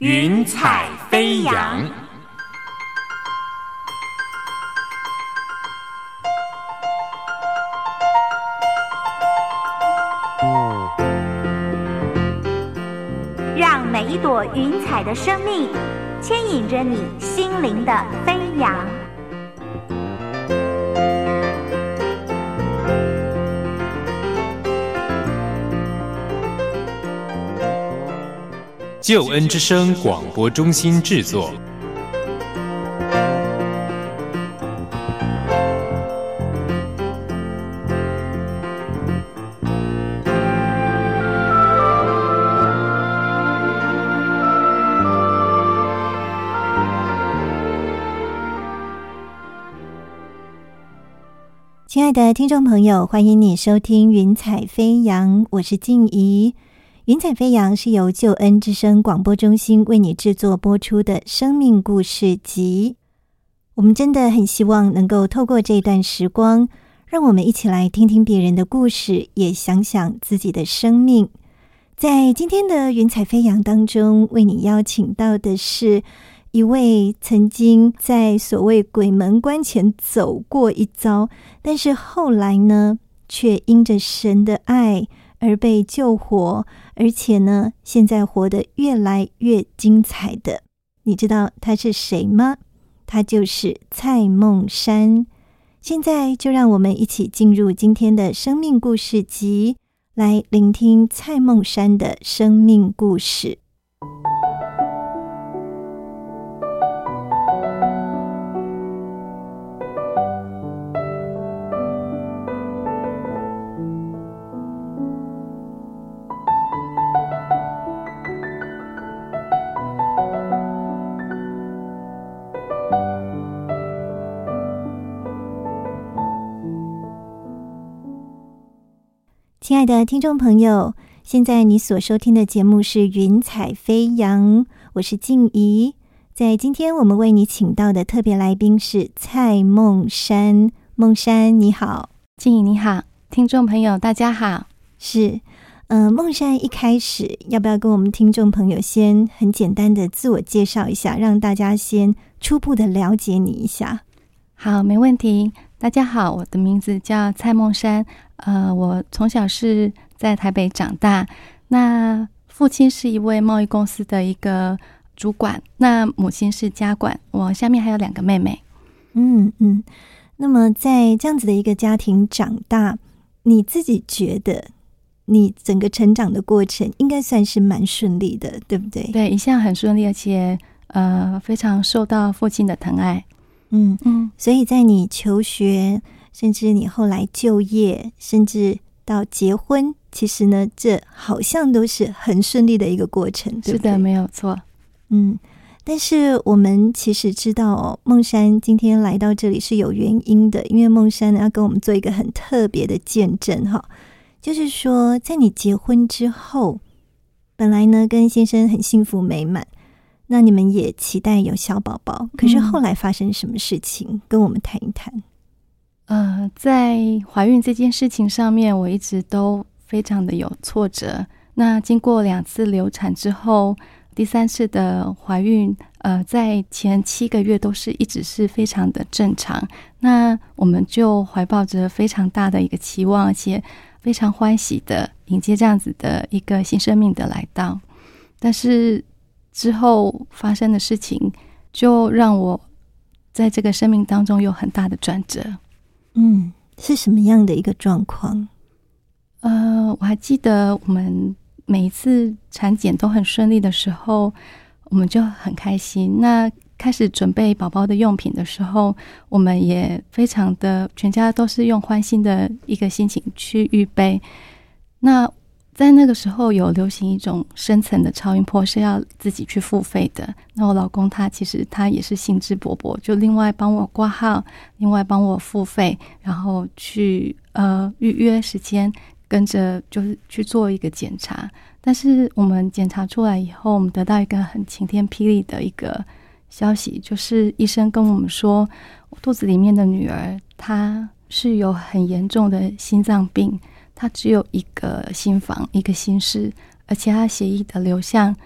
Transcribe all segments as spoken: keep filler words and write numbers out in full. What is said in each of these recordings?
云彩飞扬。 让每一朵云彩的生命牵引着你心灵的飞扬。 救恩之声广播中心制作。 亲爱的听众朋友，欢迎你收听云彩飞扬，我是静怡。云彩飞扬是由救恩之声广播中心为你制作播出的生命故事集。我们真的很希望能够透过这段时光，让我们一起来听听别人的故事，也想想自己的生命。在今天的云彩飞扬当中，为你邀请到的是一位曾经在所谓鬼门关前走过一遭，但是后来呢，却因着神的爱而被救活，而且呢，现在活得越来越精彩的。你知道他是谁吗？他就是蔡梦珊。现在就让我们一起进入今天的生命故事集，来聆听蔡梦珊的生命故事。亲爱的听众朋友，现在你所收听的节目是云彩飞扬，我是静怡。在今天我们为你请到的特别来宾是蔡梦珊。梦珊你好。 静怡你好，听众朋友大家好。 是呃，梦珊一开始要不要跟我们听众朋友先很简单的自我介绍一下，让大家先初步的了解你一下？ 好，没问题。大家好，我的名字叫蔡梦珊，呃，我从小是在台北长大，那父亲是一位贸易公司的一个主管，那母亲是家管，我下面还有两个妹妹。 嗯嗯，那么在这样子的一个家庭长大，你自己觉得你整个成长的过程应该算是蛮顺利的，对不对？ 对，一向很顺利，而且呃非常受到父亲的疼爱。 嗯嗯，所以在你求学，甚至你后来就业，甚至到结婚，其实呢，这好像都是很顺利的一个过程，对不对？ 是的，没有错。 嗯，但是我们其实知道哦，梦珊今天来到这里是有原因的，因为梦珊呢要跟我们做一个很特别的见证哈，就是说，在你结婚之后，本来呢跟先生很幸福美满。那你们也期待有小宝宝，可是后来发生什么事情？嗯、跟我们谈一谈。 呃，在怀孕这件事情上面，我一直都非常的有挫折。那经过两次流产之后，第三次的怀孕，呃，在前七个月都是一直是非常的正常。那我们就怀抱着非常大的一个期望，而且非常欢喜的迎接这样子的一个新生命的来到。但是之后发生的事情就让我在这个生命当中有很大的转折。 嗯，是什么样的一个状况？ 呃，我还记得我们每一次产检都很顺利的时候，我们就很开心。那开始准备宝宝的用品的时候，我们也非常的全家都是用欢欣的一个心情去预备。那在那个时候有流行一种深层的超音波是要自己去付费的，那我老公他其实他也是兴致勃勃，就另外帮我挂号，另外帮我付费，然后去呃预约时间，跟着就是去做一个检查。但是我们检查出来以后，我们得到一个很晴天霹雳的一个消息，就是医生跟我们说，我肚子里面的女儿她是有很严重的心脏病，他只有一个心房一个心室，而且他血液的流向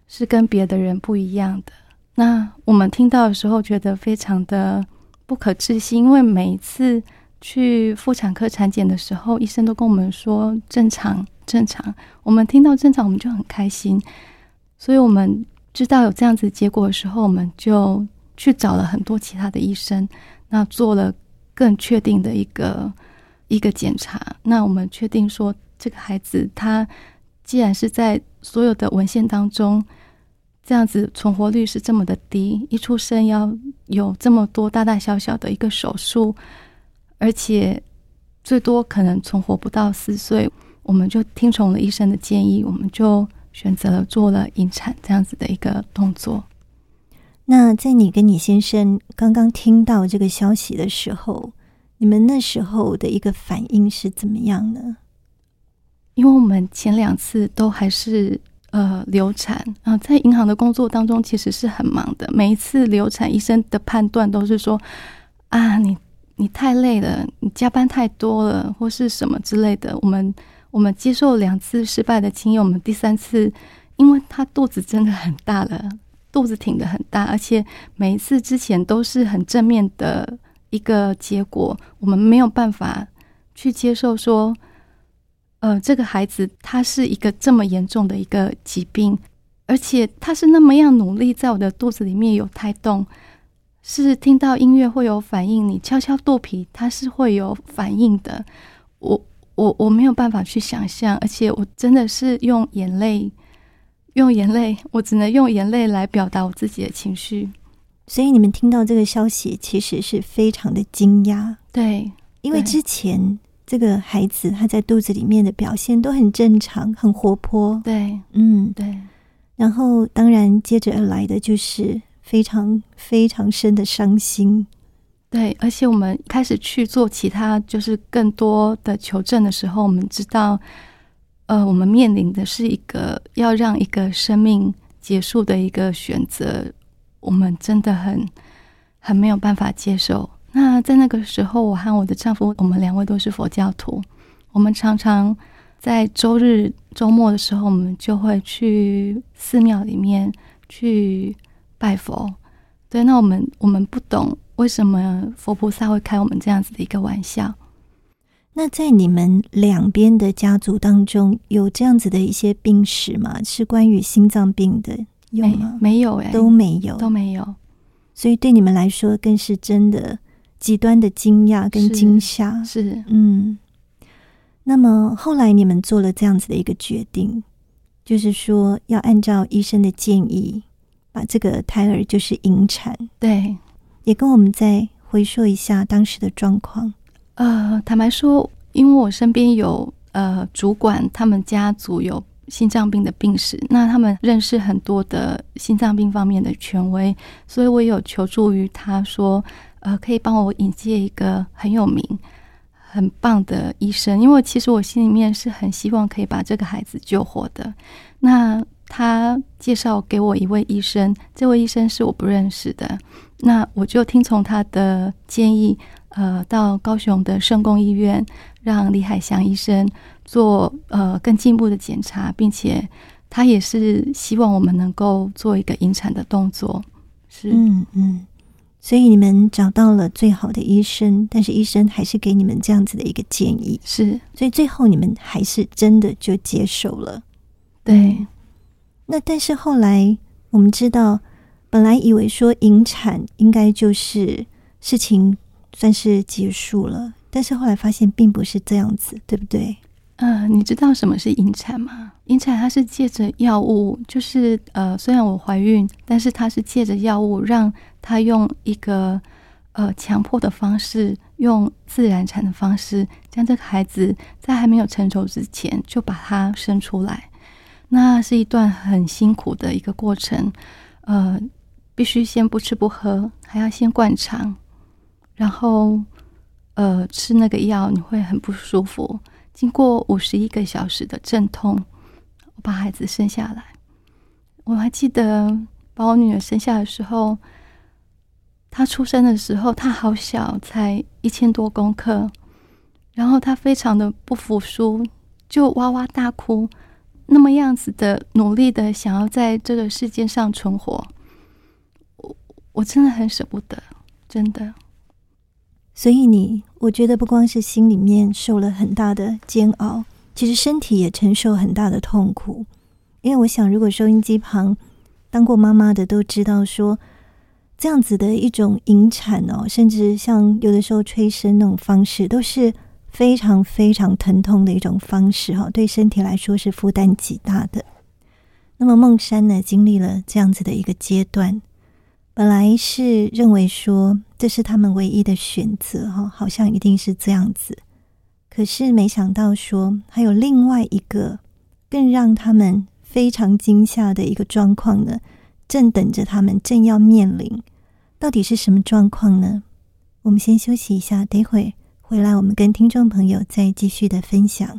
是跟别的人不一样的。那我们听到的时候觉得非常的不可置信，因为每一次去妇产科产检的时候，医生都跟我们说正常正常，我们听到正常我们就很开心。所以我们知道有这样子结果的时候，我们就去找了很多其他的医生，那做了更确定的一个一个检查。那我们确定说这个孩子他既然是在所有的文献当中这样子存活率是这么的低，一出生要有这么多大大小小的一个手术，而且最多可能存活不到四岁，我们就听从了医生的建议，我们就选择了做了引产这样子的一个动作。 那在你跟你先生刚刚听到这个消息的时候，你们那时候的一个反应是怎么样呢？ 因为我们前两次都还是呃流产啊、呃，在银行的工作当中其实是很忙的，每一次流产医生的判断都是说啊你你太累了，你加班太多了，或是什么之类的。我们我们接受两次失败的经验，我们第三次因为他肚子真的很大了，肚子挺得很大，而且每一次之前都是很正面的一个结果，我们没有办法去接受说呃，这个孩子他是一个这么严重的一个疾病，而且他是那么样努力在我的肚子里面有胎动，是听到音乐会有反应，你敲敲肚皮他是会有反应的。我我我没有办法去想象，而且我真的是用眼泪用眼泪我只能用眼泪来表达我自己的情绪。 所以你们听到这个消息其实是非常的惊讶。 对， 因为之前这个孩子他在肚子里面的表现都很正常，很活泼。 对， 嗯， 对。 然后当然接着而来的就是非常非常深的伤心。 对，而且我们开始去做其他就是更多的求证的时候，我们知道呃，我们面临的是一个要让一个生命结束的一个选择，我们真的很很没有办法接受。那在那个时候，我和我的丈夫，我们两位都是佛教徒，我们常常在周日周末的时候，我们就会去寺庙里面去拜佛。对，那我们我们不懂为什么佛菩萨会开我们这样子的一个玩笑。 那在你们两边的家族当中，有这样子的一些病史吗？是关于心脏病的有吗？ 没, 没有哎、欸， 都没有， 都没有。 所以对你们来说，更是真的极端的惊讶跟惊吓。 是，是嗯。那么后来你们做了这样子的一个决定，就是说要按照医生的建议，把这个胎儿就是引产。 对， 也跟我们再回说一下当时的状况。 呃，坦白说，因为我身边有呃主管，他们家族有心脏病的病史，那他们认识很多的心脏病方面的权威，所以我也有求助于他说，呃，可以帮我引荐一个很有名、很棒的医生，因为其实我心里面是很希望可以把这个孩子救活的。那他介绍给我一位医生，这位医生是我不认识的，那我就听从他的建议，呃，到高雄的圣公医院，让李海祥医生做呃更进一步的检查，并且他也是希望我们能够做一个引产的动作。是， 嗯嗯。所以你们找到了最好的医生，但是医生还是给你们这样子的一个建议。 是， 所以最后你们还是真的就接受了。 对。 那但是后来我们知道，本来以为说引产应该就是事情算是结束了，但是后来发现并不是这样子，对不对？ 呃，你知道什么是引产吗？引产它是借着药物，就是呃，虽然我怀孕，但是它是借着药物让它用一个呃强迫的方式，用自然产的方式，将这个孩子在还没有成熟之前就把它生出来。那是一段很辛苦的一个过程，呃，必须先不吃不喝，还要先灌肠，然后呃吃那个药，你会很不舒服。经过五十一个小时的阵痛，我把孩子生下来。我还记得把我女儿生下的时候，她出生的时候，她好小，才一千多公克，然后她非常的不服输，就哇哇大哭。 那么样子的努力的想要在这个世界上存活，我我真的很舍不得，真的。 所以你，我觉得不光是心里面受了很大的煎熬，其实身体也承受很大的痛苦。因为我想，如果收音机旁当过妈妈的都知道说，这样子的一种引产哦，甚至像有的时候催生那种方式，都是非常非常疼痛的一种方式哈，对身体来说是负担极大的。那么孟珊呢，经历了这样子的一个阶段，本来是认为说这是他们唯一的选择哈，好像一定是这样子。可是没想到说还有另外一个更让他们非常惊吓的一个状况呢，正等着他们，正要面临。到底是什么状况呢？我们先休息一下，等会儿回来我们跟听众朋友再继续的分享。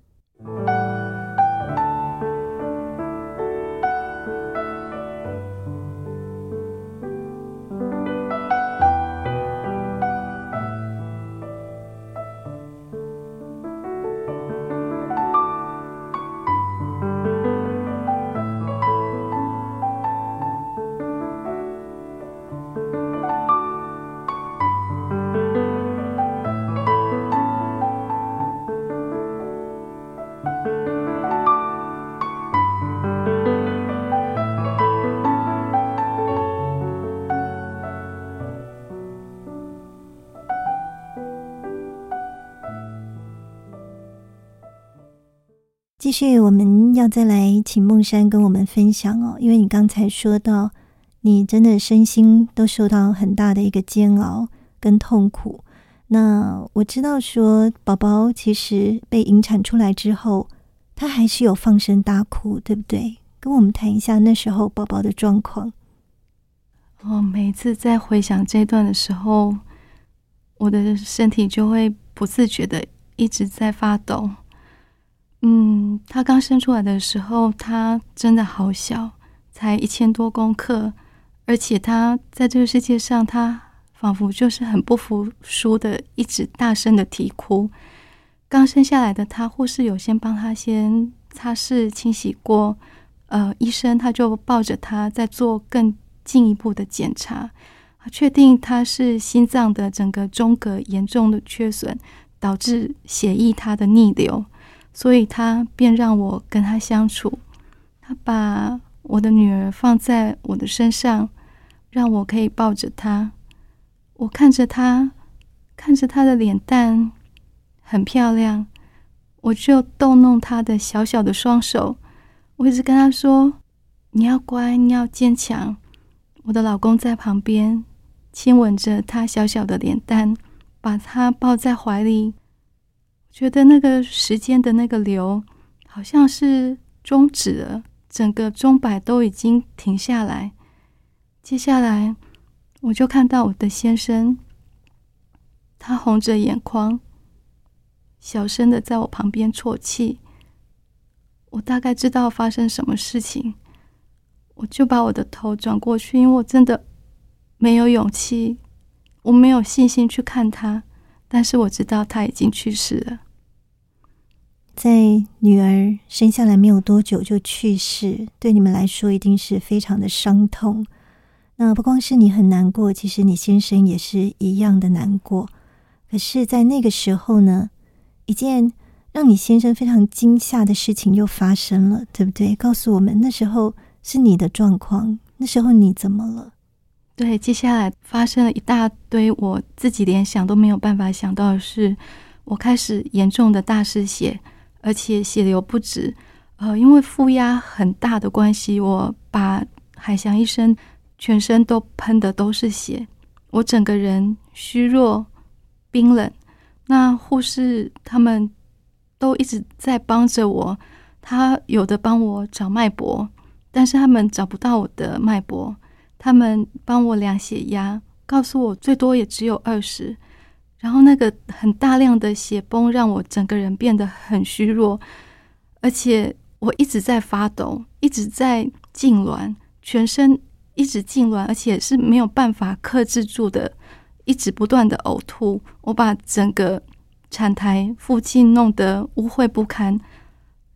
继续，我们要再来请孟珊跟我们分享哦，因为你刚才说到你真的身心都受到很大的一个煎熬跟痛苦。那我知道说宝宝其实被引产出来之后，他还是有放声大哭，对不对？跟我们谈一下那时候宝宝的状况。 哦，每次在回想这一段的时候，我的身体就会不自觉的一直在发抖。嗯，他刚生出来的时候，他真的好小，才一千多公克，而且他在这个世界上，他仿佛就是很不服输的，一直大声的啼哭。刚生下来的他，护士有先帮他先擦拭、清洗过，呃，医生他就抱着他在做更进一步的检查，确定他是心脏的整个中隔严重的缺损，导致血液他的逆流。所以他便让我跟他相处，他把我的女儿放在我的身上，让我可以抱着她。我看着她，看着她的脸蛋很漂亮，我就逗弄她的小小的双手。我一直跟她说，你要乖，你要坚强。我的老公在旁边亲吻着她小小的脸蛋，把她抱在怀里。觉得那个时间的那个流好像是终止了，整个钟摆都已经停下来。接下来我就看到我的先生，他红着眼眶，小声的在我旁边啜泣。我大概知道发生什么事情，我就把我的头转过去，因为我真的没有勇气，我没有信心去看他，但是我知道他已经去世了。 在女儿生下来没有多久就去世，对你们来说一定是非常的伤痛。那不光是你很难过，其实你先生也是一样的难过。可是在那个时候呢，一件让你先生非常惊吓的事情又发生了，对不对？告诉我们那时候是你的状况，那时候你怎么了？ 对，接下来发生了一大堆我自己连想都没有办法想到的事。我开始严重的大失血，而且血流不止，呃，因为负压很大的关系，我把海翔医生全身都喷的都是血，我整个人虚弱、冰冷。那护士他们都一直在帮着我，他有的帮我找脉搏，但是他们找不到我的脉搏，他们帮我量血压，告诉我最多也只有二十。然后那个很大量的血崩让我整个人变得很虚弱，而且我一直在发抖，一直在痉挛，全身一直痉挛，而且是没有办法克制住的，一直不断的呕吐。我把整个产台附近弄得污秽不堪，然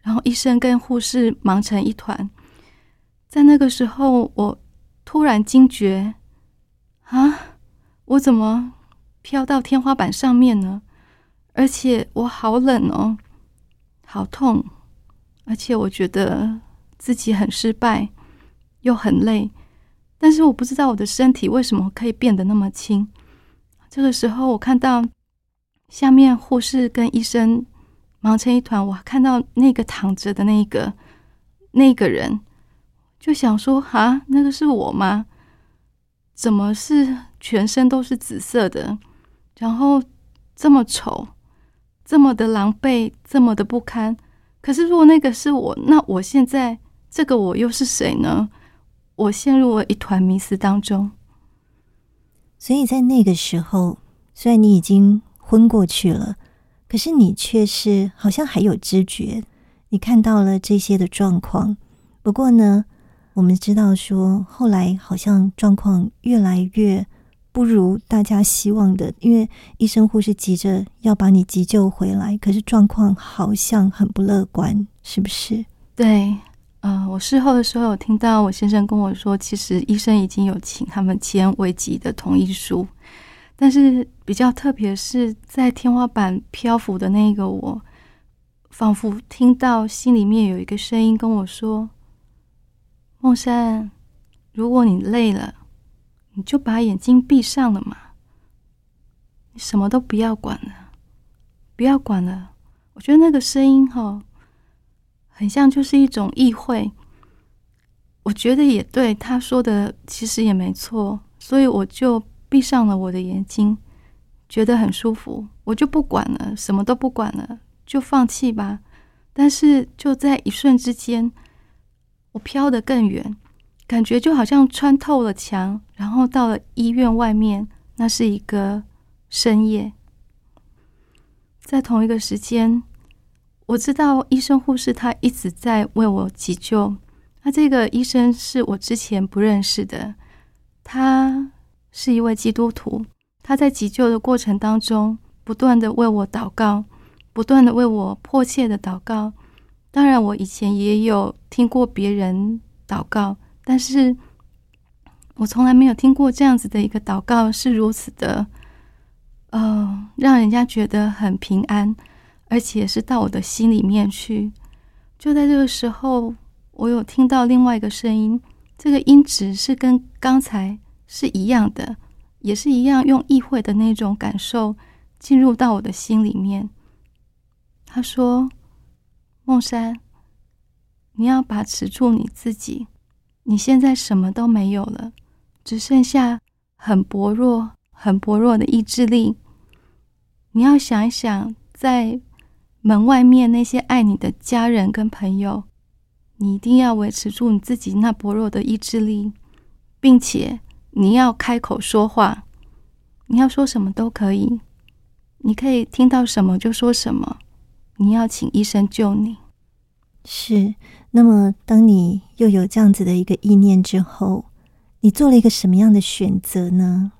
然后医生跟护士忙成一团。在那个时候，我突然惊觉，啊，我怎么飘到天花板上面呢？而且我好冷哦，好痛，而且我觉得自己很失败，又很累，但是我不知道我的身体为什么可以变得那么轻。这个时候，我看到下面护士跟医生忙成一团，我看到那个躺着的那个那个人，就想说，啊，那个是我吗？怎么是全身都是紫色的，然后这么丑，这么的狼狈，这么的不堪。可是如果那个是我，那我现在这个我又是谁呢？我陷入了一团迷思当中。 所以在那个时候，虽然你已经昏过去了，可是你却是好像还有知觉，你看到了这些的状况。不过呢，我们知道说后来好像状况越来越不如大家希望的，因为医生护士急着要把你急救回来，可是状况好像很不乐观，是不是？ 对，呃，我事后的时候有听到我先生跟我说，其实医生已经有请他们签危急的同意书，但是比较特别是在天花板漂浮的那个我，仿佛听到心里面有一个声音跟我说，梦珊，如果你累了，你就把眼睛闭上了嘛，你什么都不要管了，不要管了。我觉得那个声音齁，很像就是一种意会。我觉得也对，他说的其实也没错，所以我就闭上了我的眼睛，觉得很舒服，我就不管了，什么都不管了，就放弃吧。但是就在一瞬之间，我飘得更远，感觉就好像穿透了墙，然后到了医院外面，那是一个深夜。在同一个时间，我知道医生护士他一直在为我急救。那这个医生是我之前不认识的，他是一位基督徒，他在急救的过程当中不断的为我祷告，不断的为我迫切的祷告。当然我以前也有听过别人祷告，但是我从来没有听过这样子的一个祷告是如此的呃，让人家觉得很平安，而且是到我的心里面去。就在这个时候，我有听到另外一个声音，这个音质是跟刚才是一样的，也是一样用意会的那种感受进入到我的心里面。他说，梦珊，你要把持住你自己，你现在什么都没有了，只剩下很薄弱很薄弱的意志力。你要想一想，在门外面那些爱你的家人跟朋友，你一定要维持住你自己那薄弱的意志力，并且你要开口说话，你要说什么都可以，你可以听到什么就说什么，你要请医生救你。 是，那么当你又有这样子的一个意念之后，你做了一个什么样的选择呢？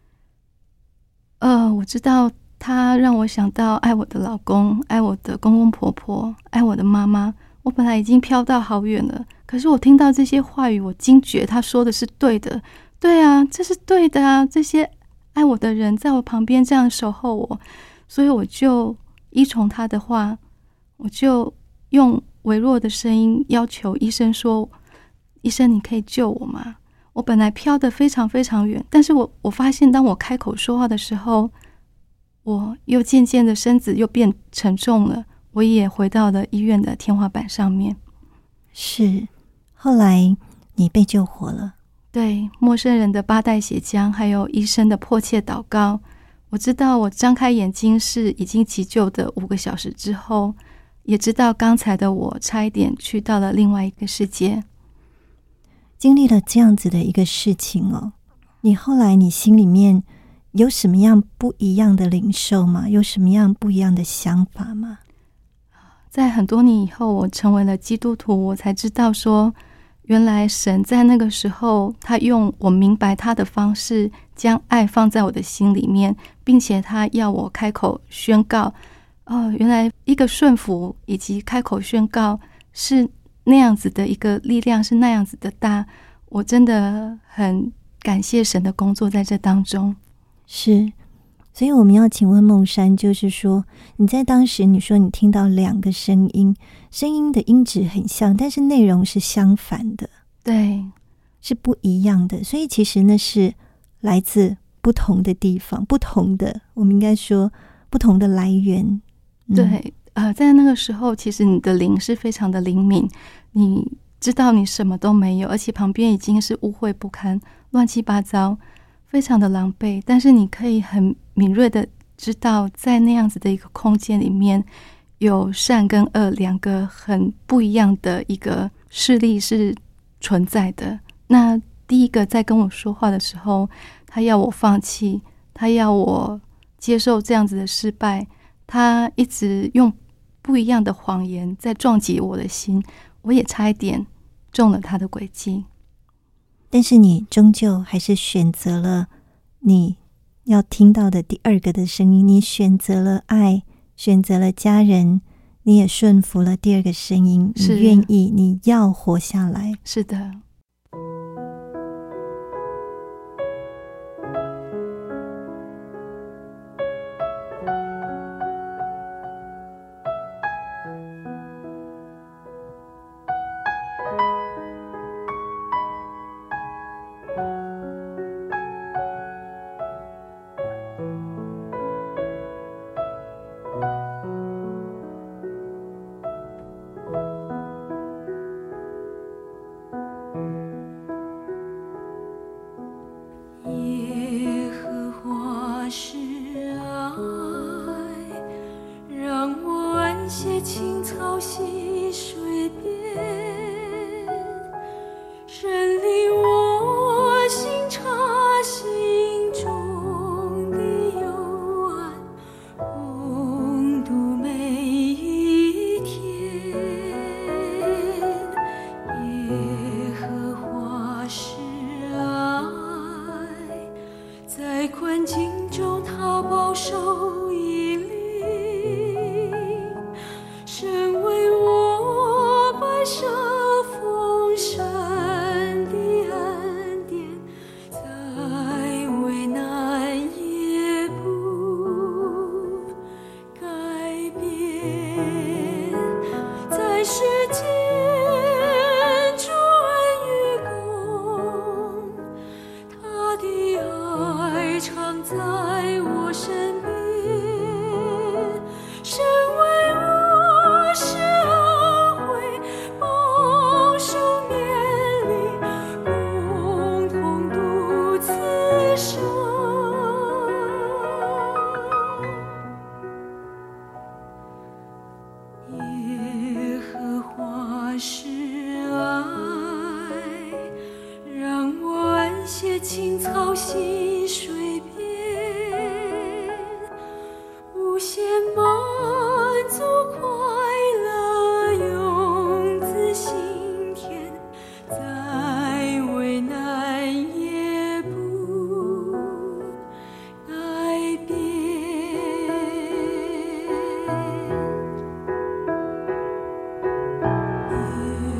呃，我知道他让我想到爱我的老公，爱我的公公婆婆，爱我的妈妈。我本来已经飘到好远了，可是我听到这些话语，我惊觉他说的是对的。对啊，这是对的啊，这些爱我的人在我旁边这样守候我，所以我就依从他的话，我就用微弱的声音要求医生说，医生你可以救我吗？我本来飘得非常非常远，但是我我发现当我开口说话的时候，我又渐渐的身子又变沉重了，我也回到了医院的天花板上面。 是，后来你被救活了。 对，陌生人的八袋血浆，还有医生的迫切祷告，我知道我张开眼睛是已经急救的五个小时之后，也知道刚才的我差一点去到了另外一个世界。 经历了这样子的一个事情哦，你后来你心里面有什么样不一样的领受吗？有什么样不一样的想法吗？ 在很多年以后，我成为了基督徒，我才知道说，原来神在那个时候，他用我明白他的方式，将爱放在我的心里面，并且他要我开口宣告， 哦，原来一个顺服以及开口宣告是那样子的一个力量，是那样子的大，我真的很感谢神的工作在这当中。 是，所以我们要请问孟珊，就是说你在当时你说你听到两个声音，声音的音质很像，但是内容是相反的， 对， 是不一样的，所以其实那是来自不同的地方，不同的，我们应该说不同的来源。嗯、 对，呃，在那个时候其实你的灵是非常的灵敏，你知道你什么都没有，而且旁边已经是污秽不堪，乱七八糟，非常的狼狈，但是你可以很敏锐的知道在那样子的一个空间里面有善跟恶两个很不一样的一个势力是存在的。那第一个在跟我说话的时候，他要我放弃，他要我接受这样子的失败，他一直用不一样的谎言在撞击我的心，我也差一点中了他的诡计。 但是你终究还是选择了你要听到的第二个的声音，你选择了爱，选择了家人，你也顺服了第二个声音，你愿意，你要活下来。 是的。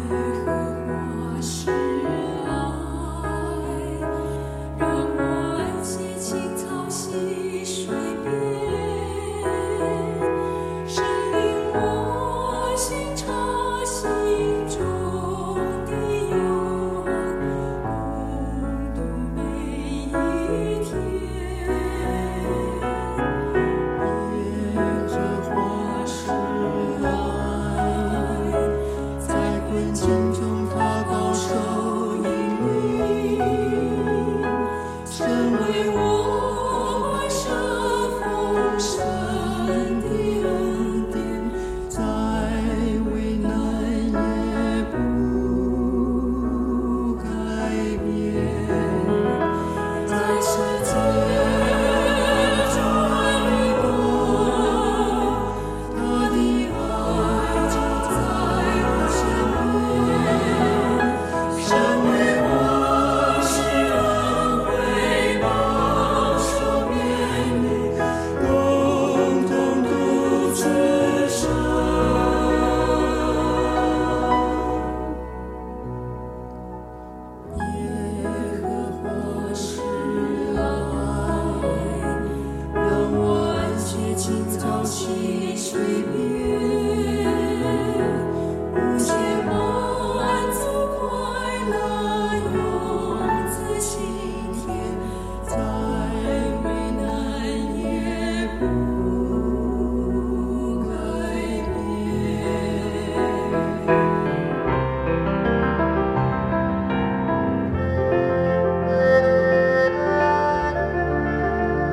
让我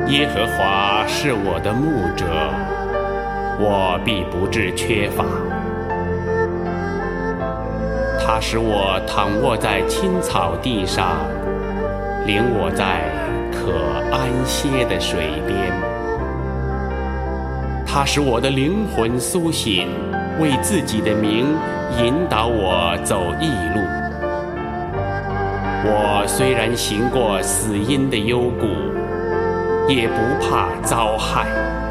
耶和华是我的牧者，我必不致缺乏。他使我躺卧在青草地上，领我在可安歇的水边。他使我的灵魂苏醒，为自己的名引导我走义路。我虽然行过死荫的幽谷，也不怕遭害，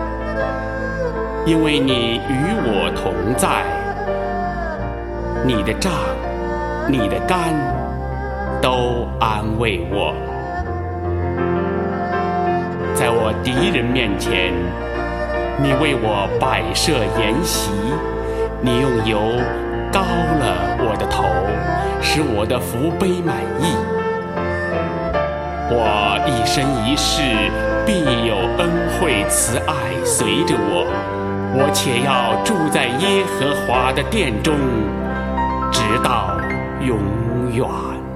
因为你与我同在。你的杖，你的竿，都安慰我。在我敌人面前，你为我摆设筵席，你用油膏了我的头，使我的福杯满溢。我一生一世必有恩惠慈爱随着我，我且要住在耶和华的殿中，直到永远。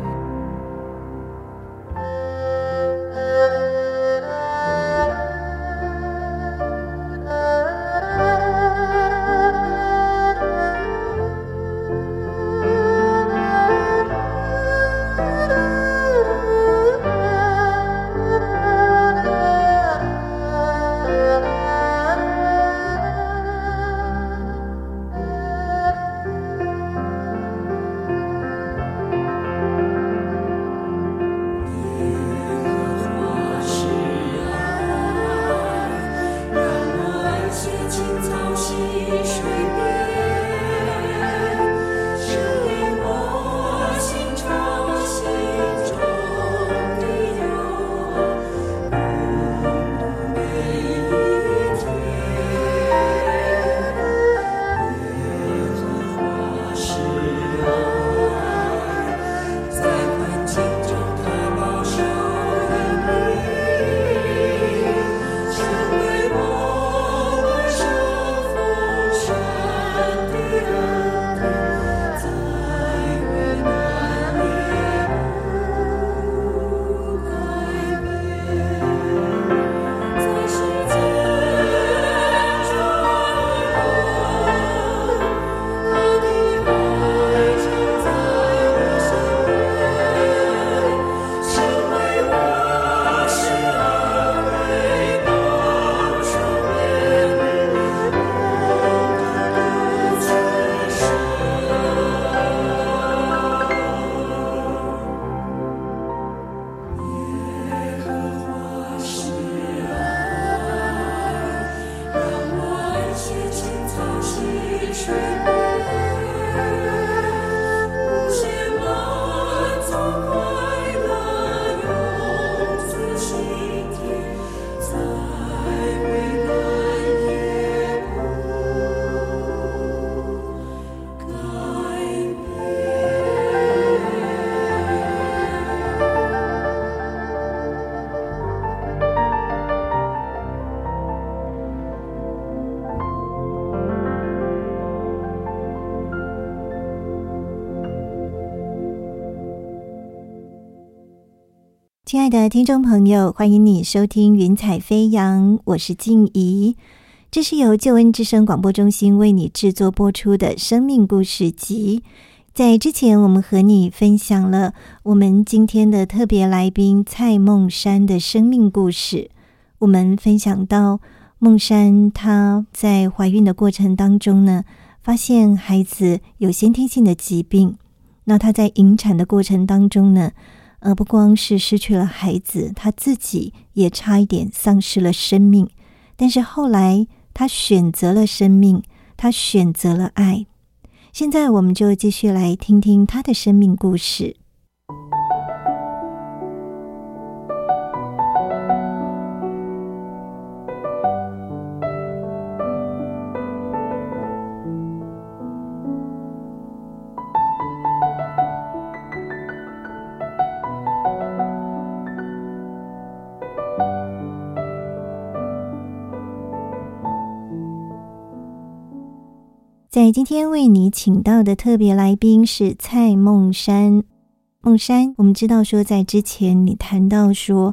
亲爱的听众朋友，欢迎你收听云彩飞扬，我是静怡。这是由救恩之声广播中心为你制作播出的生命故事集。在之前我们和你分享了我们今天的特别来宾蔡梦珊的生命故事。我们分享到梦珊她在怀孕的过程当中呢，发现孩子有先天性的疾病。那她在引产的过程当中呢，呃，不光是失去了孩子，他自己也差一点丧失了生命。但是后来他选择了生命，他选择了爱。现在我们就继续来听听他的生命故事。在今天为你请到的特别来宾是蔡梦珊。梦珊，我们知道说在之前你谈到说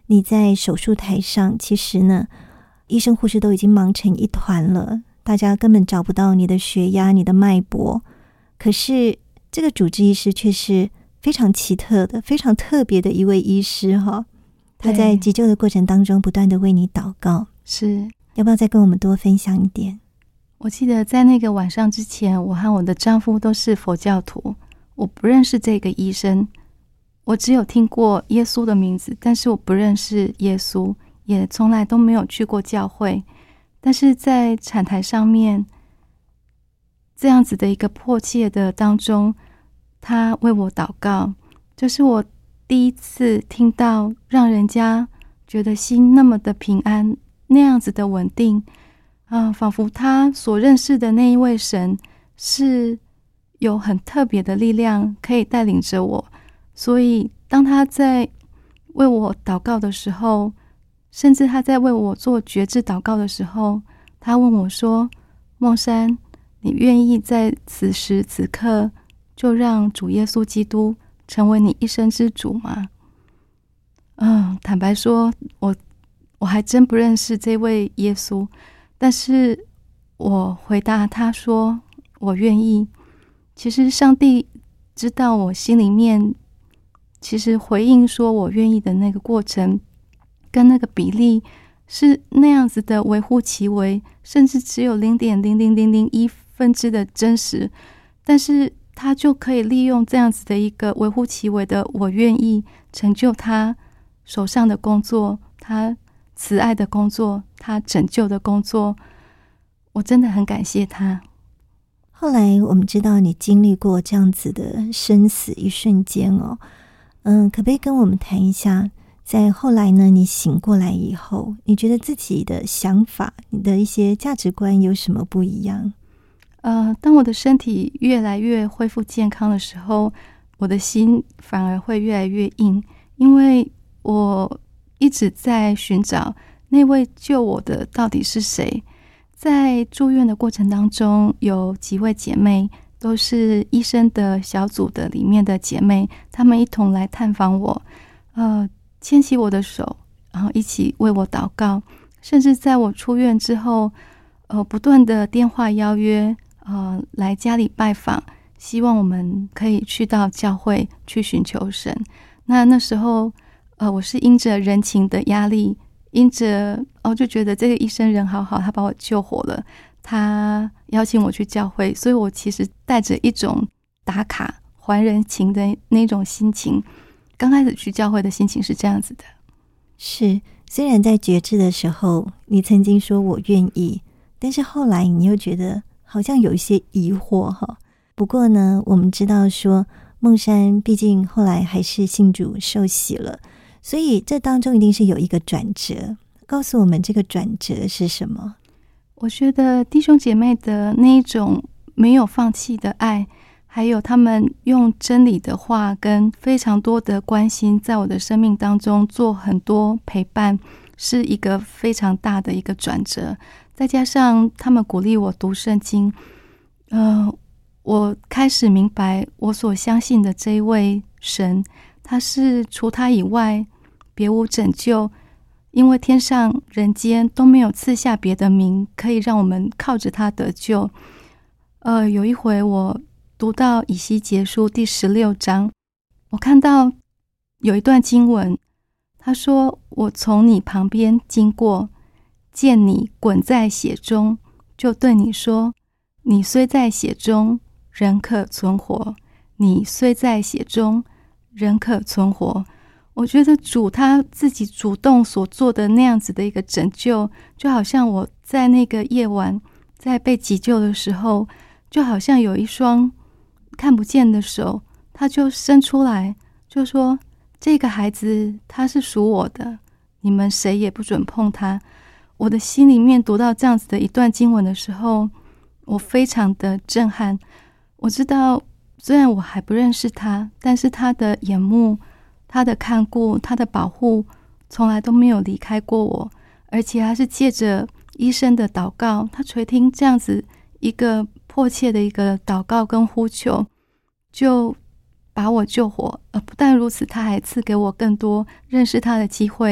你在手术台上，其实呢，医生护士都已经忙成一团了，大家根本找不到你的血压、你的脉搏。可是这个主治医师却是非常奇特的、非常特别的一位医师哈。他在急救的过程当中不断的为你祷告。 是， 要不要再跟我们多分享一点？ 我记得在那个晚上之前，我和我的丈夫都是佛教徒，我不认识这个医生，我只有听过耶稣的名字，但是我不认识耶稣，也从来都没有去过教会。但是在产台上面这样子的一个迫切的当中，他为我祷告，就是我第一次听到让人家觉得心那么的平安，那样子的稳定啊，仿佛他所认识的那一位神是有很特别的力量可以带领着我。所以当他在为我祷告的时候，甚至他在为我做觉知祷告的时候，他问我说，梦珊，你愿意在此时此刻就让主耶稣基督成为你一生之主吗？嗯，坦白说，我我还真不认识这位耶稣，但是我回答他说，我愿意。其实上帝知道我心里面，其实回应说我愿意的那个过程，跟那个比例是那样子的微乎其微，甚至只有零点零零零零一分之的真实，但是他就可以利用这样子的一个微乎其微的我愿意，成就他手上的工作，他慈爱的工作，他拯救的工作。我真的很感谢他。 后来我们知道你经历过这样子的生死一瞬间哦，嗯，可不可以跟我们谈一下，在后来呢，你醒过来以后，你觉得自己的想法、你的一些价值观有什么不一样？ 呃，当我的身体越来越恢复健康的时候，我的心反而会越来越硬，因为我一直在寻找那位救我的到底是谁。在住院的过程当中，有几位姐妹都是医生的小组的里面的姐妹，她们一同来探访我，呃，牵起我的手，然后一起为我祷告，甚至在我出院之后，呃，不断的电话邀约，呃，来家里拜访，希望我们可以去到教会去寻求神。那那时候，呃，我是因着人情的压力，因着哦，就觉得这个医生人好好，他把我救活了，他邀请我去教会，所以我其实带着一种打卡还人情的那种心情。刚开始去教会的心情是这样子的。 是，虽然在觉知的时候，你曾经说我愿意，但是后来你又觉得好像有一些疑惑哈。不过呢，我们知道说梦珊毕竟后来还是信主受洗了，所以这当中一定是有一个转折。告诉我们这个转折是什么？ 我觉得弟兄姐妹的那一种没有放弃的爱，还有他们用真理的话跟非常多的关心，在我的生命当中做很多陪伴，是一个非常大的一个转折。再加上他们鼓励我读圣经，呃，我开始明白我所相信的这一位神，他是除他以外别无拯救，因为天上人间都没有赐下别的名可以让我们靠着他得救。呃，有一回我读到以西结书第十六章，我看到有一段经文，他说，我从你旁边经过，见你滚在血中，就对你说，你虽在血中，仍可存活，你虽在血中，仍可存活。我觉得主他自己主动所做的那样子的一个拯救，就好像我在那个夜晚在被急救的时候，就好像有一双看不见的手，他就伸出来，就说，这个孩子他是属我的，你们谁也不准碰他。我的心里面读到这样子的一段经文的时候，我非常的震撼。我知道虽然我还不认识他，但是他的眼目，他的看顾，他的保护从来都没有离开过我，而且他是借着医生的祷告，他垂听这样子一个迫切的一个祷告跟呼求，就把我救活。而不但如此，他还赐给我更多认识他的机会，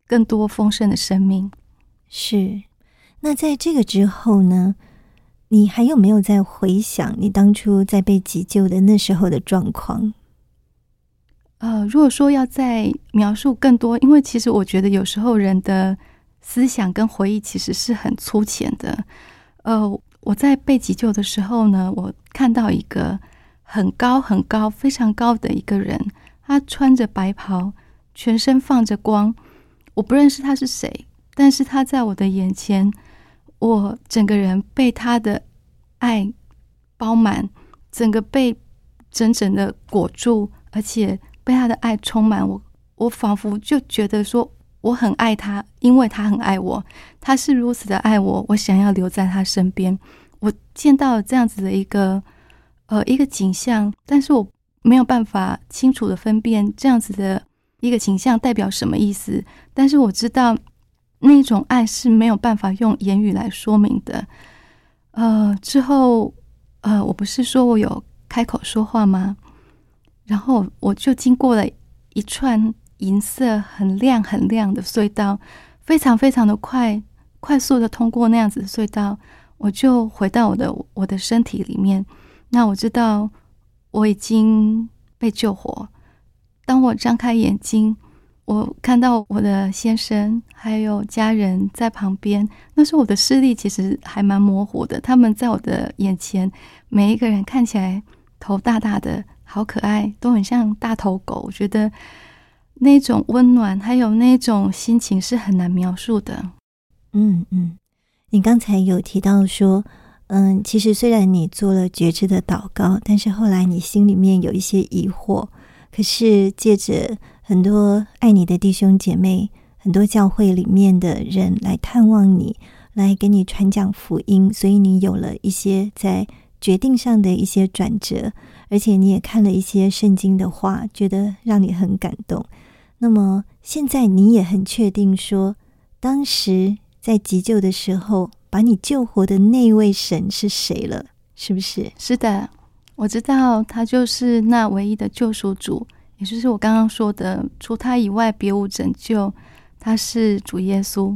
更多丰盛的生命。 是。那在这个之后呢，你还有没有在回想你当初在被急救的那时候的状况？ 呃，如果说要再描述更多，因为其实我觉得有时候人的思想跟回忆其实是很粗浅的。呃，我在被急救的时候呢，我看到一个很高很高非常高的一个人，他穿着白袍，全身放着光，我不认识他是谁，但是他在我的眼前，我整个人被他的爱包满，整个被整整的裹住，而且被他的爱充满我。我仿佛就觉得说我很爱他，因为他很爱我，他是如此的爱我，我想要留在他身边。我见到了这样子的一个呃一个景象，但是我没有办法清楚的分辨这样子的一个景象代表什么意思，但是我知道那种爱是没有办法用言语来说明的。呃，之后呃，我不是说我有开口说话吗？然后我就经过了一串银色很亮很亮的隧道，非常非常的快，快速的通过那样子的隧道，我就回到我的我的身体里面。那我知道我已经被救活。当我张开眼睛，我看到我的先生还有家人在旁边，那时候我的视力其实还蛮模糊的，他们在我的眼前，每一个人看起来头大大的，好可爱，都很像大头狗。我觉得那种温暖还有那种心情是很难描述的。 嗯嗯，你刚才有提到说嗯，其实虽然你做了觉知的祷告，但是后来你心里面有一些疑惑，可是借着很多爱你的弟兄姐妹，很多教会里面的人来探望你，来给你传讲福音，所以你有了一些在决定上的一些转折，而且你也看了一些圣经的话，觉得让你很感动。那么现在你也很确定说，当时在急救的时候把你救活的那位神是谁了，是不是？ 是的，我知道他就是那唯一的救赎主，也就是我刚刚说的，除他以外别无拯救，他是主耶稣。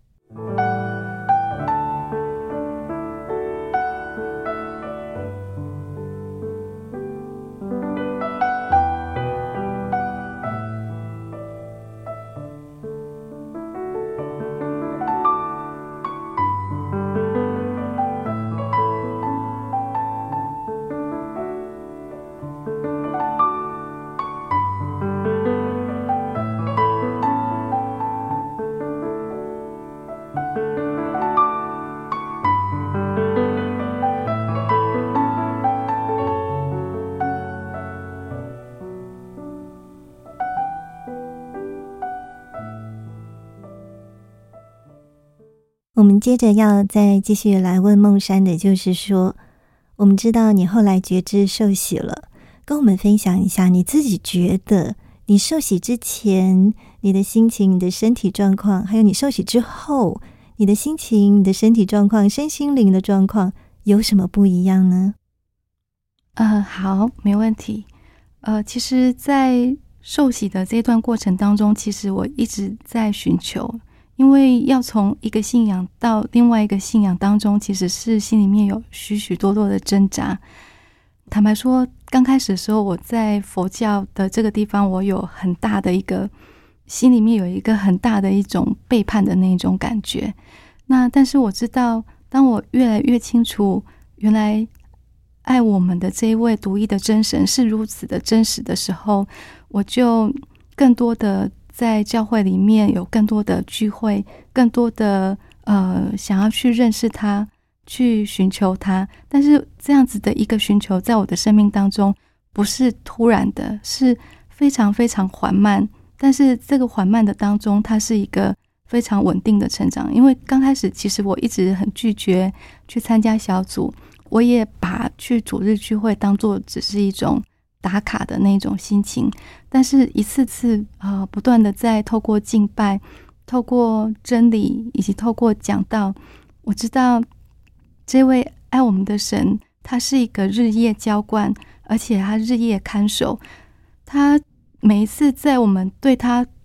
我们接着要再继续来问梦山的，就是说我们知道你后来觉知受洗了，跟我们分享一下你自己觉得你受洗之前你的心情、你的身体状况，还有你受洗之后你的心情、你的身体状况、身心灵的状况有什么不一样呢？ 呃，好，没问题。呃，其实在受洗的这段过程当中，其实我一直在寻求，因为要从一个信仰到另外一个信仰当中，其实是心里面有许许多多的挣扎。坦白说，刚开始的时候，我在佛教的这个地方，我有很大的一个心里面有一个很大的一种背叛的那种感觉。那但是我知道，当我越来越清楚，原来爱我们的这一位独一的真神是如此的真实的时候，我就更多的在教会里面有更多的聚会，更多的呃想要去认识他，去寻求他。但是这样子的一个寻求在我的生命当中不是突然的，是非常非常缓慢，但是这个缓慢的当中，它是一个非常稳定的成长。因为刚开始其实我一直很拒绝去参加小组，我也把去主日聚会当作只是一种打卡的那种心情，但是一次次呃不断的在透过敬拜，透过真理，以及透过讲道，我知道这位爱我们的神，他是一个日夜浇灌，而且他日夜看守。他每一次在我们对他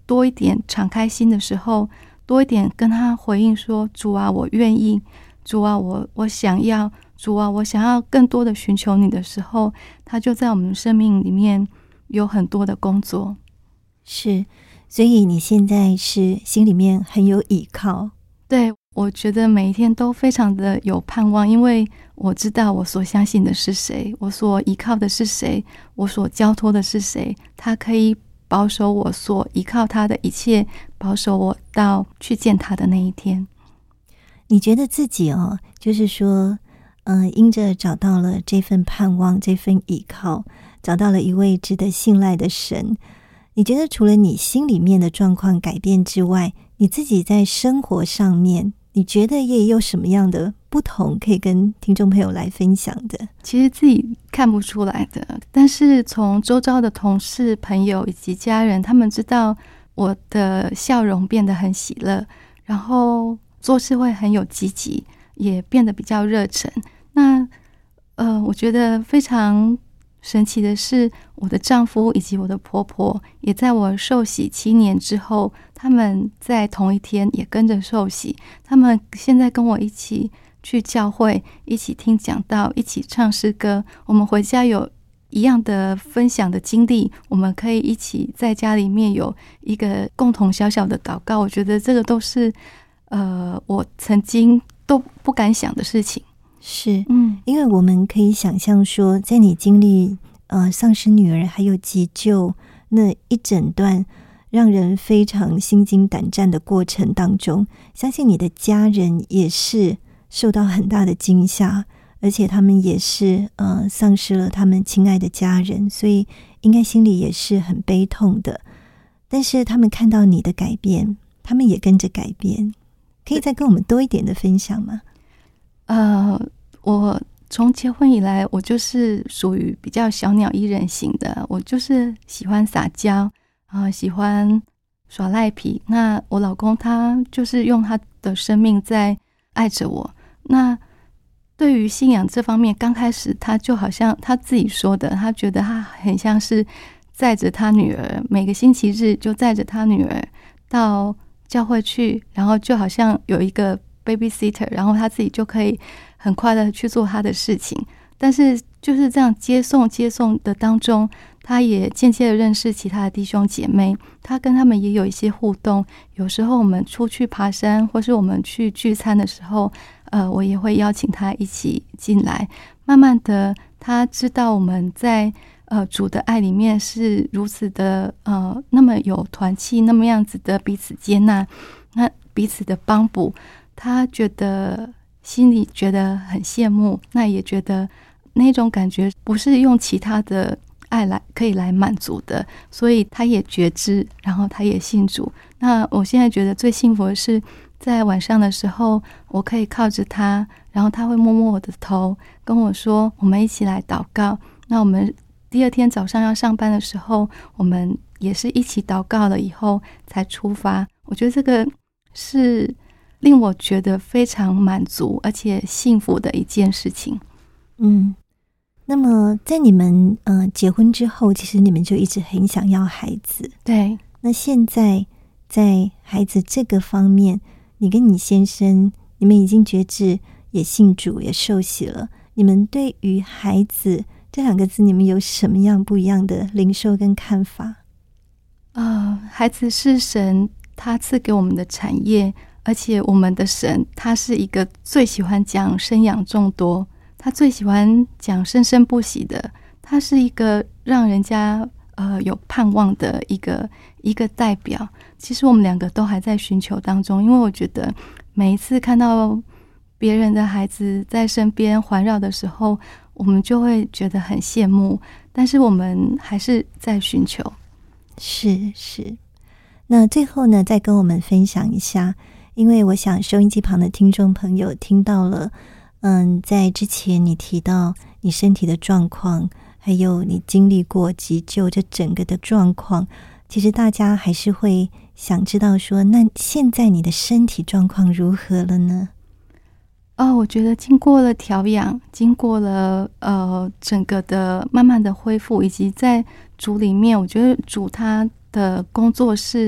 多一点敞开心的时候，多一点跟他回应说，主啊，我愿意，主啊，我我想要，主啊，我想要更多的寻求你的时候，他就在我们生命里面有很多的工作。 是，所以你现在是心里面很有依靠。 对，我觉得每一天都非常的有盼望，因为我知道我所相信的是谁，我所依靠的是谁，我所交托的是谁，他可以保守我所依靠他的一切，保守我到去见他的那一天。 你觉得自己哦，就是说呃，因着找到了这份盼望，这份依靠，找到了一位值得信赖的神，你觉得除了你心里面的状况改变之外，你自己在生活上面，你觉得也有什么样的不同可以跟听众朋友来分享的？ 其实自己看不出来的，但是从周遭的同事、朋友以及家人，他们知道我的笑容变得很喜乐，然后做事会很有积极，也变得比较热忱。那呃，我觉得非常神奇的是，我的丈夫以及我的婆婆也在我受洗七年之后，他们在同一天也跟着受洗，他们现在跟我一起去教会，一起听讲道，一起唱诗歌，我们回家有一样的分享的经历，我们可以一起在家里面有一个共同小小的祷告。我觉得这个都是呃，我曾经都不敢想的事情。 是， 嗯， 因为我们可以想象说，在你经历呃丧失女儿还有急救那一整段让人非常心惊胆战的过程当中，相信你的家人也是受到很大的惊吓，而且他们也是呃丧失了他们亲爱的家人，所以应该心里也是很悲痛的。但是他们看到你的改变，他们也跟着改变。可以再跟我们多一点的分享吗？ 呃，我从结婚以来，我就是属于比较小鸟依人型的，我就是喜欢撒娇啊、呃，喜欢耍赖皮。那我老公他就是用他的生命在爱着我。那对于信仰这方面，刚开始他就好像他自己说的，他觉得他很像是载着他女儿，每个星期日就载着他女儿到教会去，然后就好像有一个 babysitter， 然后他自己就可以很快的去做他的事情。但是就是这样接送接送的当中，他也间接的认识其他的弟兄姐妹，他跟他们也有一些互动。有时候我们出去爬山，或是我们去聚餐的时候，呃，我也会邀请他一起进来。慢慢的，他知道我们在呃主的爱里面是如此的呃那么有团契，那么样子的彼此接纳，那彼此的帮补。他觉得心里觉得很羡慕，那也觉得那种感觉不是用其他的爱来可以来满足的，所以他也觉知，然后他也信主。那我现在觉得最幸福的是，在晚上的时候，我可以靠着他，然后他会摸摸我的头，跟我说我们一起来祷告。那我们第二天早上要上班的时候，我们也是一起祷告了以后才出发。我觉得这个是令我觉得非常满足而且幸福的一件事情。 嗯，那么在你们呃结婚之后，其实你们就一直很想要孩子。 对。 那现在在孩子这个方面，你跟你先生，你们已经觉知，也信主，也受洗了。你们对于孩子这两个字，你们有什么样不一样的领受跟看法？ 呃，孩子是神他赐给我们的产业，而且我们的神他是一个最喜欢讲生养众多，他最喜欢讲生生不息的，他是一个让人家呃有盼望的一个一个代表。其实我们两个都还在寻求当中，因为我觉得每一次看到别人的孩子在身边环绕的时候，我们就会觉得很羡慕，但是我们还是在寻求。 是是。那最后呢，再跟我们分享一下，因为我想收音机旁的听众朋友听到了，嗯，在之前你提到你身体的状况，还有你经历过急救这整个的状况，其实大家还是会想知道说，那现在你的身体状况如何了呢？ 哦，我觉得经过了调养，经过了呃整个的慢慢的恢复，以及在主里面，我觉得主他的工作是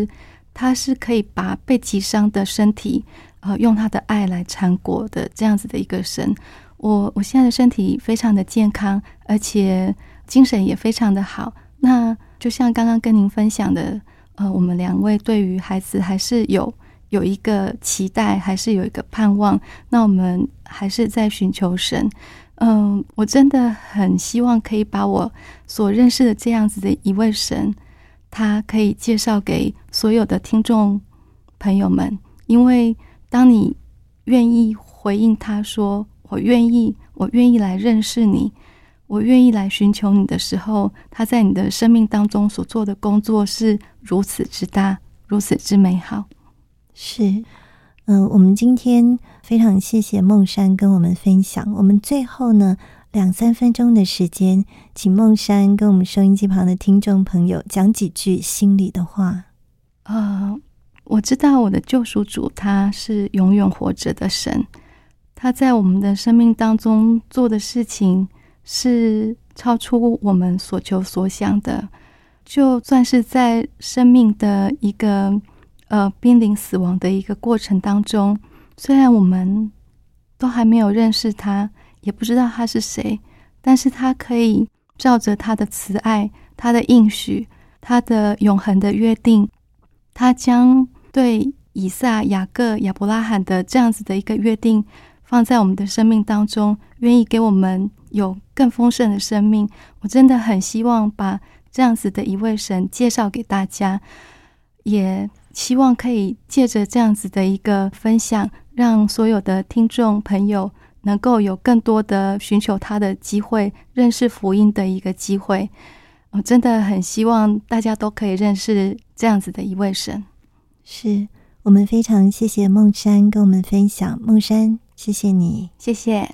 他是可以把被击伤的身体呃，用他的爱来缠裹的这样子的一个神。我我现在的身体非常的健康，而且精神也非常的好。那就像刚刚跟您分享的，呃，我们两位对于孩子还是有有一个期待，还是有一个盼望。那我们还是在寻求神。嗯、呃，我真的很希望可以把我所认识的这样子的一位神，他可以介绍给所有的听众朋友们，因为当你愿意回应他说我愿意我愿意来认识你，我愿意来寻求你的时候，他在你的生命当中所做的工作是如此之大，如此之美好。 是嗯、呃，我们今天非常谢谢孟珊跟我们分享。我们最后呢两三分钟的时间，请孟珊跟我们收音机旁的听众朋友讲几句心里的话。 呃我知道我的救赎主他是永远活着的神，他在我们的生命当中做的事情是超出我们所求所想的。就算是在生命的一个呃濒临死亡的一个过程当中，虽然我们都还没有认识他，也不知道他是谁，但是他可以照着他的慈爱，他的应许，他的永恒的约定，他将对以撒、雅各、亚伯拉罕的这样子的一个约定放在我们的生命当中，愿意给我们有更丰盛的生命。我真的很希望把这样子的一位神介绍给大家，也希望可以借着这样子的一个分享，让所有的听众朋友能够有更多的寻求他的机会，认识福音的一个机会。我真的很希望大家都可以认识这样子的一位神。 是，我们非常谢谢孟珊跟我们分享。孟珊，谢谢你。 谢谢。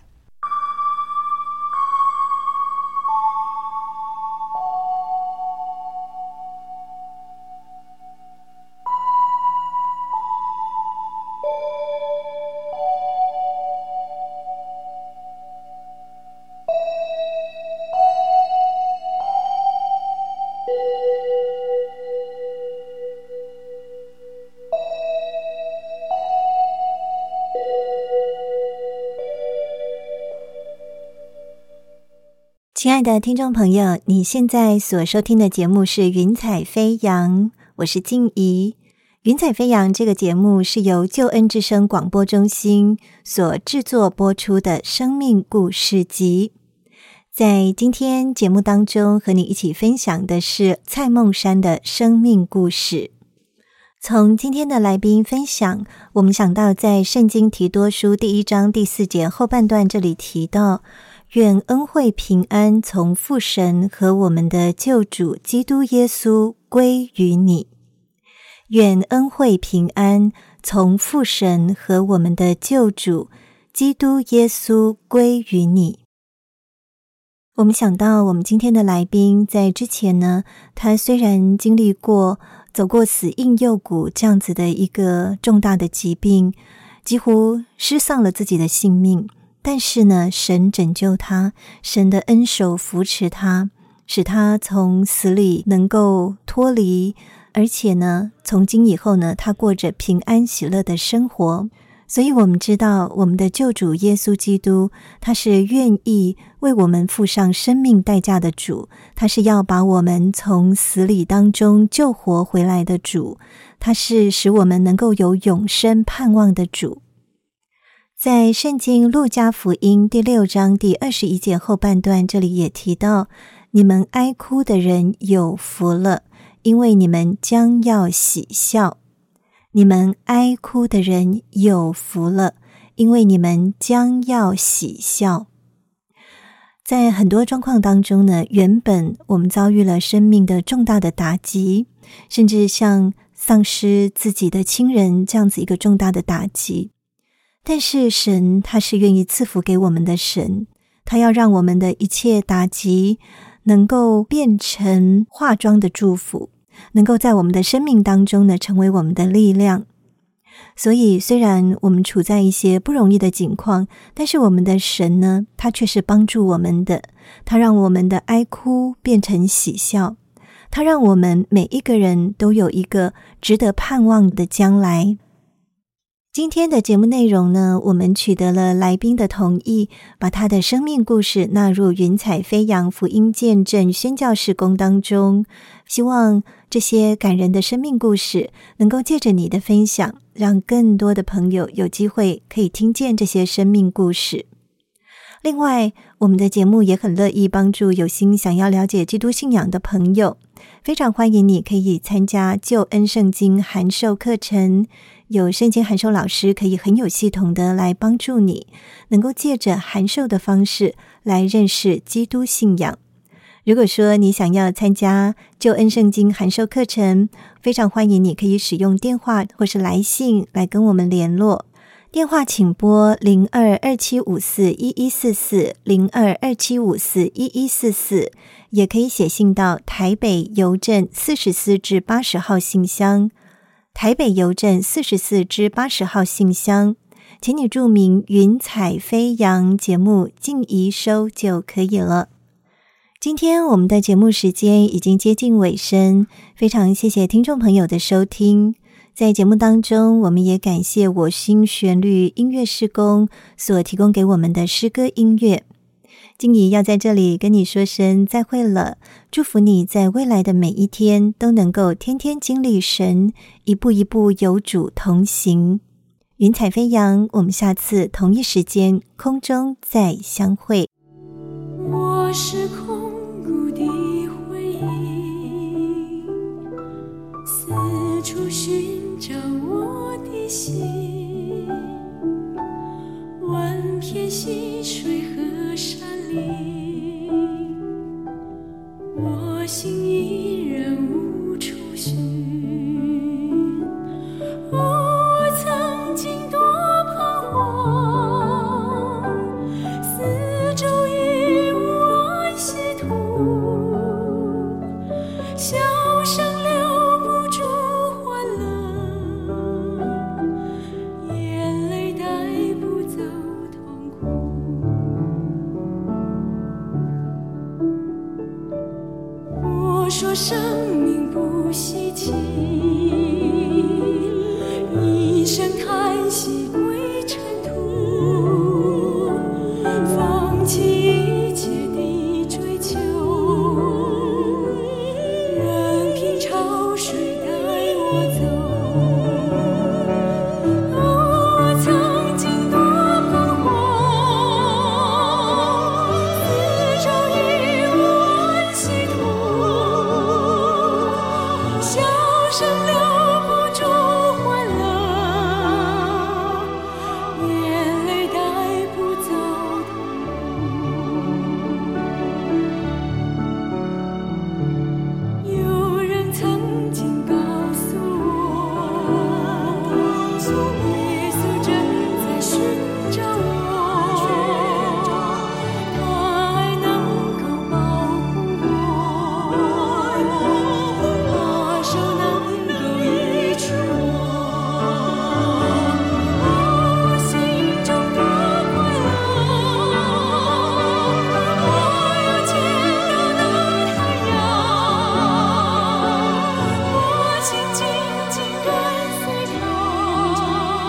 亲爱的听众朋友，你现在所收听的节目是云彩飞扬，我是静怡。云彩飞扬这个节目是由救恩之声广播中心所制作播出的生命故事集。在今天节目当中，和你一起分享的是蔡孟珊的生命故事。从今天的来宾分享，我们想到在圣经提多书第一章第四节后半段，这里提到愿恩惠平安从父神和我们的救主基督耶稣归于你。愿恩惠平安从父神和我们的救主基督耶稣归于你。我们想到我们今天的来宾在之前呢，他虽然经历过走过死硬幼骨这样子的一个重大的疾病，几乎失丧了自己的性命，但是呢，神拯救他，神的恩手扶持他，使他从死里能够脱离，而且呢，从今以后呢，他过着平安喜乐的生活。所以我们知道我们的救主耶稣基督，他是愿意为我们付上生命代价的主，他是要把我们从死里当中救活回来的主，他是使我们能够有永生盼望的主。在圣经路加福音第六章第二十一节后半段，这里也提到，你们哀哭的人有福了，因为你们将要喜笑。你们哀哭的人有福了，因为你们将要喜笑。在很多状况当中呢，原本我们遭遇了生命的重大的打击，甚至像丧失自己的亲人这样子一个重大的打击，但是神他是愿意赐福给我们的神，他要让我们的一切打击能够变成化妆的祝福，能够在我们的生命当中呢，成为我们的力量。所以虽然我们处在一些不容易的境况，但是我们的神呢，他却是帮助我们的，他让我们的哀哭变成喜笑， 它让我们每一个人都有一个值得盼望的将来。今天的节目内容呢，我们取得了来宾的同意，把他的生命故事纳入云彩飞扬福音见证宣教事工当中，希望这些感人的生命故事能够借着你的分享，让更多的朋友有机会可以听见这些生命故事。另外，我们的节目也很乐意帮助有心想要了解基督信仰的朋友，非常欢迎你可以参加救恩圣经函授课程，有圣经函授老师可以很有系统的来帮助你，能够借着函授的方式来认识基督信仰。如果说你想要参加救恩圣经函授课程，非常欢迎你可以使用电话或是来信来跟我们联络。电话请拨零二二七五四一一四四 零二二七五四一一四四，也可以写信到台北邮政四十四至八十号信箱，台北邮政四十四至八十号信箱，请你注明云彩飞扬节目静怡收就可以了。今天我们的节目时间已经接近尾声，非常谢谢听众朋友的收听。在节目当中，我们也感谢我心旋律音乐事工所提供给我们的诗歌音乐。静怡要在这里跟你说声再会了，祝福你在未来的每一天都能够天天经历神，一步一步有主同行。云彩飞扬，我们下次同一时间空中再相会。 我是空谷的回忆，四处寻找我的心，万片溪水和山林，我心依然无处寻。哦，我曾经多彷徨，四周已无安息土，笑声留不住欢乐，眼泪带不走痛苦。我说生命不稀奇，一声叹息归尘土，放弃一切的追求，任凭潮水带我走。哦，我曾经多彷徨，四周已无安息土，笑声留不住欢乐，眼泪带不走痛苦。有人曾经告诉我，耶稣正在寻找我，他爱能够保护我，他手能够医治我。我心中多快乐，我又见到那太阳，我心紧紧跟随他，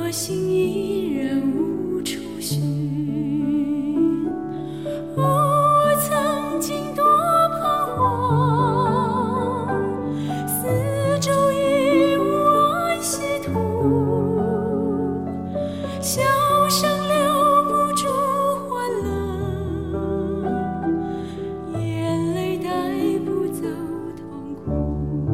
我心依然无处寻。哦，我曾经多彷徨，四周已无安息土，笑声留不住欢乐，眼泪带不走痛苦。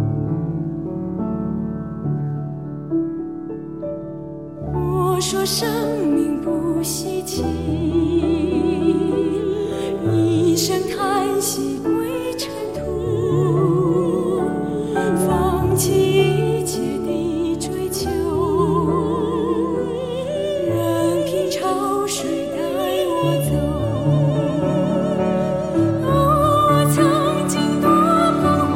我说生命不稀奇，一声叹息归尘土，放弃一切的追求，任凭潮水带我走。哦，我曾经多彷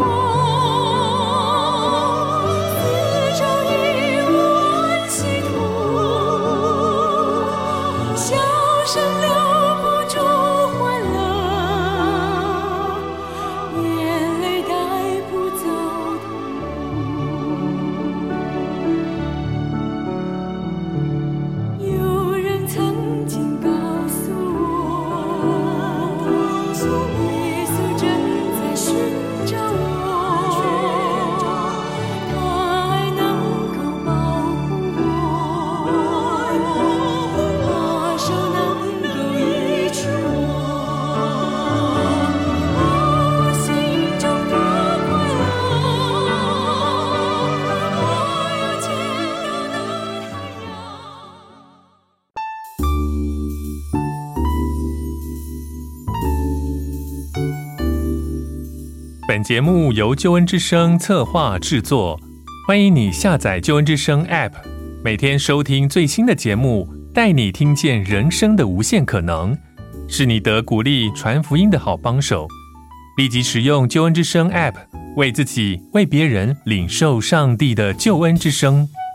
徨，四周已无安息土，笑声留不住欢乐，眼泪带不走痛苦。有人曾经告诉我，耶稣正在寻找我，他爱能够保护我，他手能够医治我。我心中多快乐，我又见到那太阳。 本节目由救恩之声策划制作，欢迎你下载救恩之声 App， 每天收听最新的节目，带你听见人生的无限可能，是你得鼓励传福音的好帮手。立即使用救恩之声 App， 为自己、为别人领受上帝的救恩之声。